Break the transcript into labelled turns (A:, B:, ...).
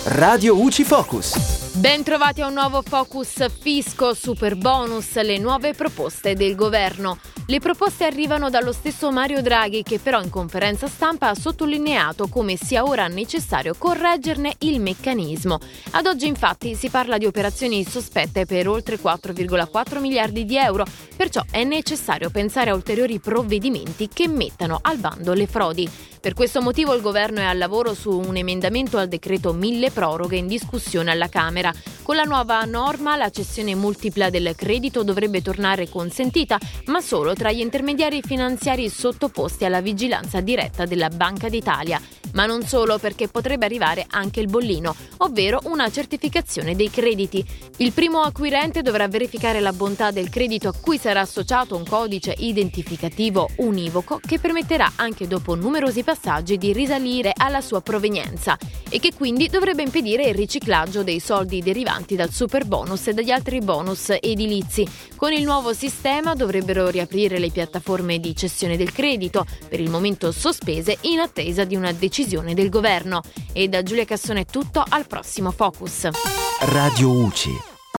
A: Radio UCI Focus.
B: Ben trovati a un nuovo Focus Fisco, super bonus, le nuove proposte del governo. Le proposte arrivano dallo stesso Mario Draghi, che però in conferenza stampa ha sottolineato come sia ora necessario correggerne il meccanismo. Ad oggi infatti si parla di operazioni sospette per oltre 4,4 miliardi di euro, perciò è necessario pensare a ulteriori provvedimenti che mettano al bando le frodi. Per questo motivo il governo è al lavoro su un emendamento al decreto mille proroghe in discussione alla Camera. Con la nuova norma la cessione multipla del credito dovrebbe tornare consentita, ma solo tra gli intermediari finanziari sottoposti alla vigilanza diretta della Banca d'Italia. Ma non solo, perché potrebbe arrivare anche il bollino, ovvero una certificazione dei crediti. Il primo acquirente dovrà verificare la bontà del credito a cui sarà associato un codice identificativo univoco che permetterà anche dopo numerosi passaggi di risalire alla sua provenienza e che quindi dovrebbe impedire il riciclaggio dei soldi derivanti dal super bonus e dagli altri bonus edilizi. Con il nuovo sistema dovrebbero riaprire le piattaforme di cessione del credito, per il momento sospese in attesa di una decisione del governo. E da Giulia Cassone è tutto, al prossimo Focus.
A: Radio UCI.